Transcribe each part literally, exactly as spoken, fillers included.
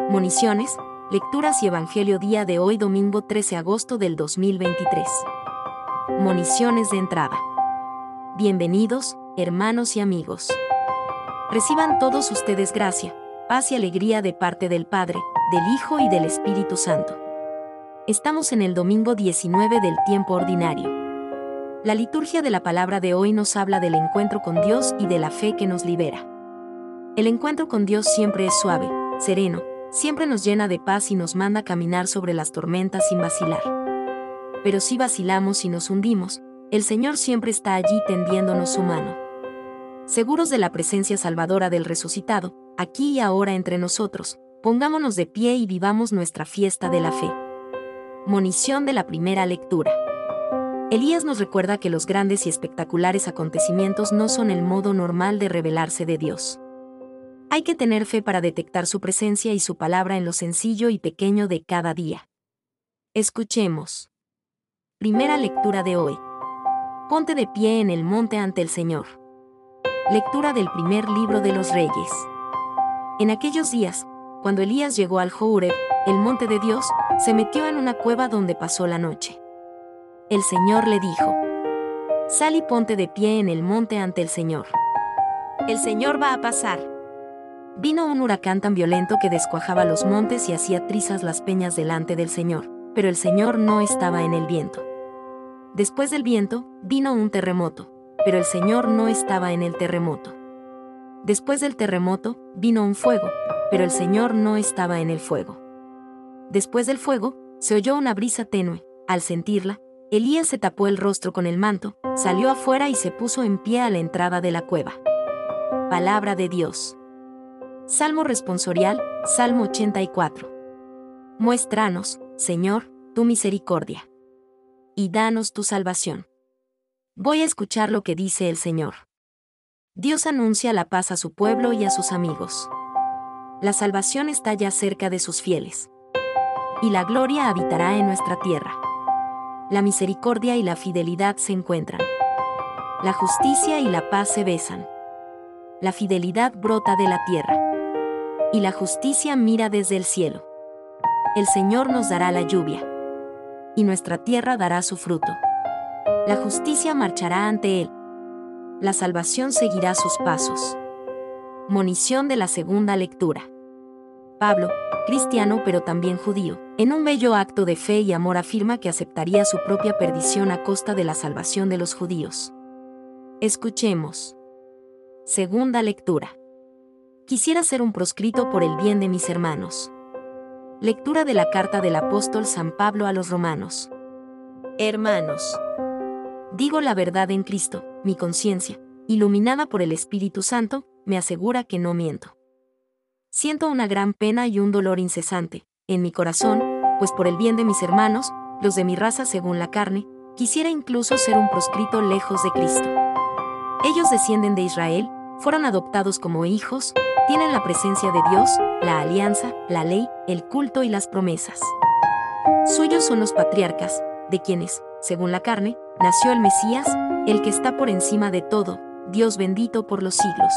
Municiones, lecturas y evangelio día de hoy domingo trece de agosto del dos mil veintitrés. Municiones de entrada. Bienvenidos, hermanos y amigos. Reciban todos ustedes gracia, paz y alegría de parte del Padre, del Hijo y del Espíritu Santo. Estamos en el domingo diecinueve del tiempo ordinario. La liturgia de la palabra de hoy nos habla del encuentro con Dios y de la fe que nos libera. El encuentro con Dios siempre es suave, sereno, siempre nos llena de paz y nos manda caminar sobre las tormentas sin vacilar. Pero si vacilamos y nos hundimos, el Señor siempre está allí tendiéndonos su mano. Seguros de la presencia salvadora del resucitado, aquí y ahora entre nosotros, pongámonos de pie y vivamos nuestra fiesta de la fe. Munición de la primera lectura. Elías nos recuerda que los grandes y espectaculares acontecimientos no son el modo normal de revelarse de Dios. Hay que tener fe para detectar su presencia y su palabra en lo sencillo y pequeño de cada día. Escuchemos. Primera lectura de hoy. Ponte de pie en el monte ante el Señor. Lectura del primer libro de los Reyes. En aquellos días, cuando Elías llegó al Jóreb, el monte de Dios, se metió en una cueva donde pasó la noche. El Señor le dijo: Sal y ponte de pie en el monte ante el Señor. El Señor va a pasar. Vino un huracán tan violento que descuajaba los montes y hacía trizas las peñas delante del Señor, pero el Señor no estaba en el viento. Después del viento, vino un terremoto, pero el Señor no estaba en el terremoto. Después del terremoto, vino un fuego, pero el Señor no estaba en el fuego. Después del fuego, se oyó una brisa tenue. Al sentirla, Elías se tapó el rostro con el manto, salió afuera y se puso en pie a la entrada de la cueva. Palabra de Dios. Salmo responsorial, Salmo ochenta y cuatro. Muéstranos, Señor, tu misericordia. Y danos tu salvación. Voy a escuchar lo que dice el Señor. Dios anuncia la paz a su pueblo y a sus amigos. La salvación está ya cerca de sus fieles. Y la gloria habitará en nuestra tierra. La misericordia y la fidelidad se encuentran. La justicia y la paz se besan. La fidelidad brota de la tierra. Y la justicia mira desde el cielo. El Señor nos dará la lluvia. Y nuestra tierra dará su fruto. La justicia marchará ante él. La salvación seguirá sus pasos. Munición de la segunda lectura. Pablo, cristiano pero también judío, en un bello acto de fe y amor afirma que aceptaría su propia perdición a costa de la salvación de los judíos. Escuchemos. Segunda lectura. Quisiera ser un proscrito por el bien de mis hermanos. Lectura de la carta del apóstol San Pablo a los romanos. Hermanos, digo la verdad en Cristo, mi conciencia, iluminada por el Espíritu Santo, me asegura que no miento. Siento una gran pena y un dolor incesante en mi corazón, pues por el bien de mis hermanos, los de mi raza según la carne, quisiera incluso ser un proscrito lejos de Cristo. Ellos descienden de Israel, fueron adoptados como hijos, tienen la presencia de Dios, la alianza, la ley, el culto y las promesas. Suyos son los patriarcas, de quienes, según la carne, nació el Mesías, el que está por encima de todo, Dios bendito por los siglos.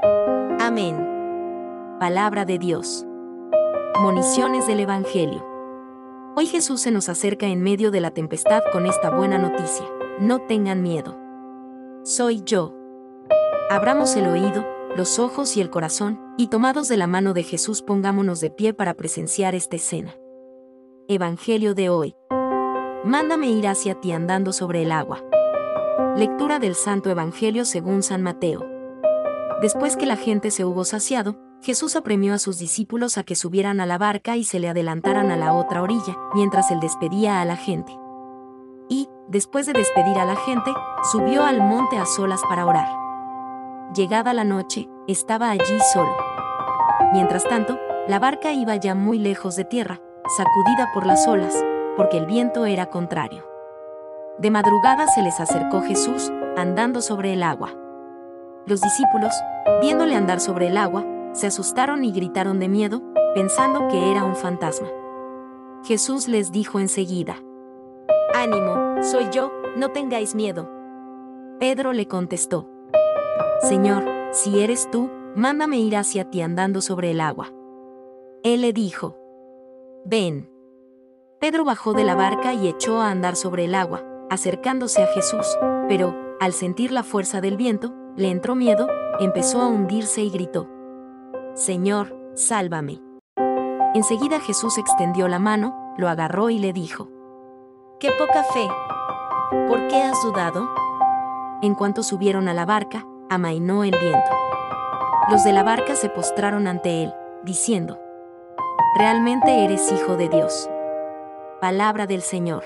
Amén. Palabra de Dios. Municiones del Evangelio. Hoy Jesús se nos acerca en medio de la tempestad con esta buena noticia: no tengan miedo. Soy yo. Abramos el oído, los ojos y el corazón, y tomados de la mano de Jesús pongámonos de pie para presenciar esta escena. Evangelio de hoy. Mándame ir hacia ti andando sobre el agua. Lectura del Santo Evangelio según San Mateo. Después que la gente se hubo saciado, Jesús apremió a sus discípulos a que subieran a la barca y se le adelantaran a la otra orilla, mientras él despedía a la gente. Y, después de despedir a la gente, subió al monte a solas para orar. Llegada la noche, estaba allí solo. Mientras tanto, la barca iba ya muy lejos de tierra, sacudida por las olas, porque el viento era contrario. De madrugada se les acercó Jesús, andando sobre el agua. Los discípulos, viéndole andar sobre el agua, se asustaron y gritaron de miedo, pensando que era un fantasma. Jesús les dijo enseguida: «Ánimo, soy yo, no tengáis miedo». Pedro le contestó: «Señor, si eres tú, mándame ir hacia ti andando sobre el agua». Él le dijo: «Ven». Pedro bajó de la barca y echó a andar sobre el agua, acercándose a Jesús, pero, al sentir la fuerza del viento, le entró miedo, empezó a hundirse y gritó: «Señor, sálvame». Enseguida Jesús extendió la mano, lo agarró y le dijo: «¡Qué poca fe! ¿Por qué has dudado?». En cuanto subieron a la barca, amainó el viento. Los de la barca se postraron ante él, diciendo: «Realmente eres Hijo de Dios». Palabra del Señor.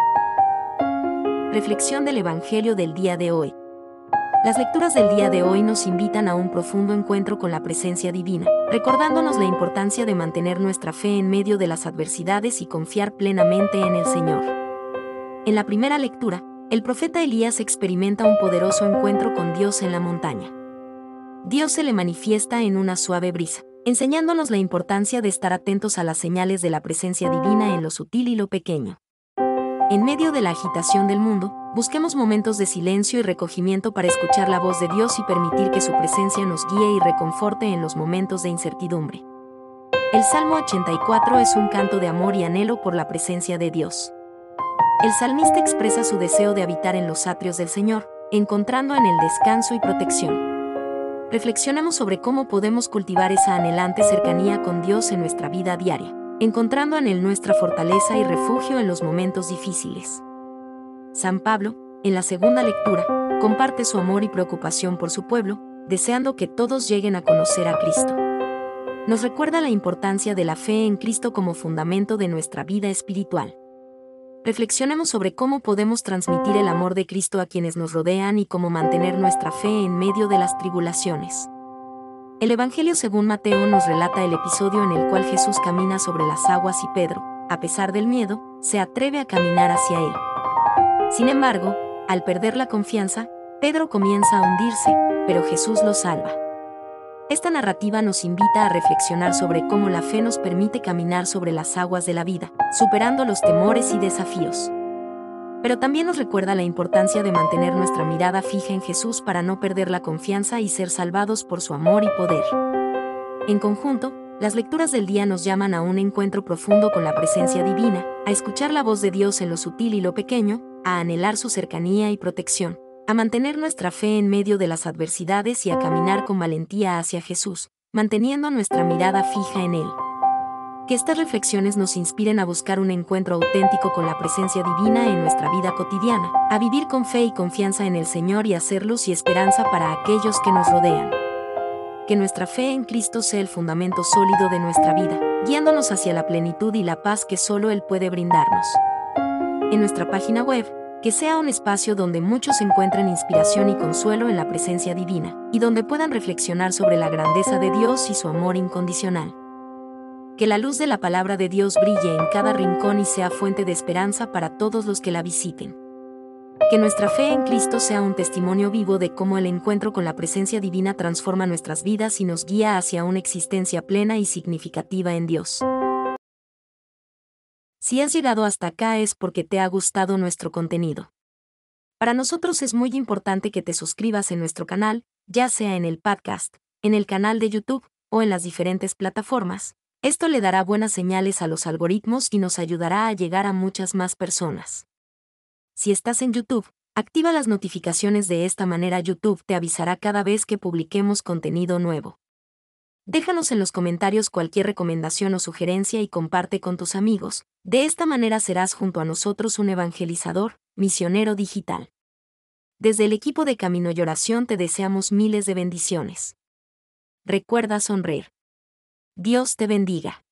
Reflexión del Evangelio del día de hoy. Las lecturas del día de hoy nos invitan a un profundo encuentro con la presencia divina, recordándonos la importancia de mantener nuestra fe en medio de las adversidades y confiar plenamente en el Señor. En la primera lectura, el profeta Elías experimenta un poderoso encuentro con Dios en la montaña. Dios se le manifiesta en una suave brisa, enseñándonos la importancia de estar atentos a las señales de la presencia divina en lo sutil y lo pequeño. En medio de la agitación del mundo, busquemos momentos de silencio y recogimiento para escuchar la voz de Dios y permitir que su presencia nos guíe y reconforte en los momentos de incertidumbre. El Salmo ochenta y cuatro es un canto de amor y anhelo por la presencia de Dios. El salmista expresa su deseo de habitar en los atrios del Señor, encontrando en él descanso y protección. Reflexionemos sobre cómo podemos cultivar esa anhelante cercanía con Dios en nuestra vida diaria, encontrando en él nuestra fortaleza y refugio en los momentos difíciles. San Pablo, en la segunda lectura, comparte su amor y preocupación por su pueblo, deseando que todos lleguen a conocer a Cristo. Nos recuerda la importancia de la fe en Cristo como fundamento de nuestra vida espiritual. Reflexionemos sobre cómo podemos transmitir el amor de Cristo a quienes nos rodean y cómo mantener nuestra fe en medio de las tribulaciones. El Evangelio según Mateo nos relata el episodio en el cual Jesús camina sobre las aguas y Pedro, a pesar del miedo, se atreve a caminar hacia él. Sin embargo, al perder la confianza, Pedro comienza a hundirse, pero Jesús lo salva. Esta narrativa nos invita a reflexionar sobre cómo la fe nos permite caminar sobre las aguas de la vida, superando los temores y desafíos. Pero también nos recuerda la importancia de mantener nuestra mirada fija en Jesús para no perder la confianza y ser salvados por su amor y poder. En conjunto, las lecturas del día nos llaman a un encuentro profundo con la presencia divina, a escuchar la voz de Dios en lo sutil y lo pequeño, a anhelar su cercanía y protección, a mantener nuestra fe en medio de las adversidades y a caminar con valentía hacia Jesús, manteniendo nuestra mirada fija en Él. Que estas reflexiones nos inspiren a buscar un encuentro auténtico con la presencia divina en nuestra vida cotidiana, a vivir con fe y confianza en el Señor y hacer luz y esperanza para aquellos que nos rodean. Que nuestra fe en Cristo sea el fundamento sólido de nuestra vida, guiándonos hacia la plenitud y la paz que solo Él puede brindarnos. En nuestra página web, que sea un espacio donde muchos encuentren inspiración y consuelo en la presencia divina, y donde puedan reflexionar sobre la grandeza de Dios y su amor incondicional. Que la luz de la palabra de Dios brille en cada rincón y sea fuente de esperanza para todos los que la visiten. Que nuestra fe en Cristo sea un testimonio vivo de cómo el encuentro con la presencia divina transforma nuestras vidas y nos guía hacia una existencia plena y significativa en Dios. Si has llegado hasta acá es porque te ha gustado nuestro contenido. Para nosotros es muy importante que te suscribas en nuestro canal, ya sea en el podcast, en el canal de YouTube o en las diferentes plataformas. Esto le dará buenas señales a los algoritmos y nos ayudará a llegar a muchas más personas. Si estás en YouTube, activa las notificaciones, de esta manera YouTube te avisará cada vez que publiquemos contenido nuevo. Déjanos en los comentarios cualquier recomendación o sugerencia y comparte con tus amigos. De esta manera serás junto a nosotros un evangelizador, misionero digital. Desde el equipo de Camino y Oración te deseamos miles de bendiciones. Recuerda sonreír. Dios te bendiga.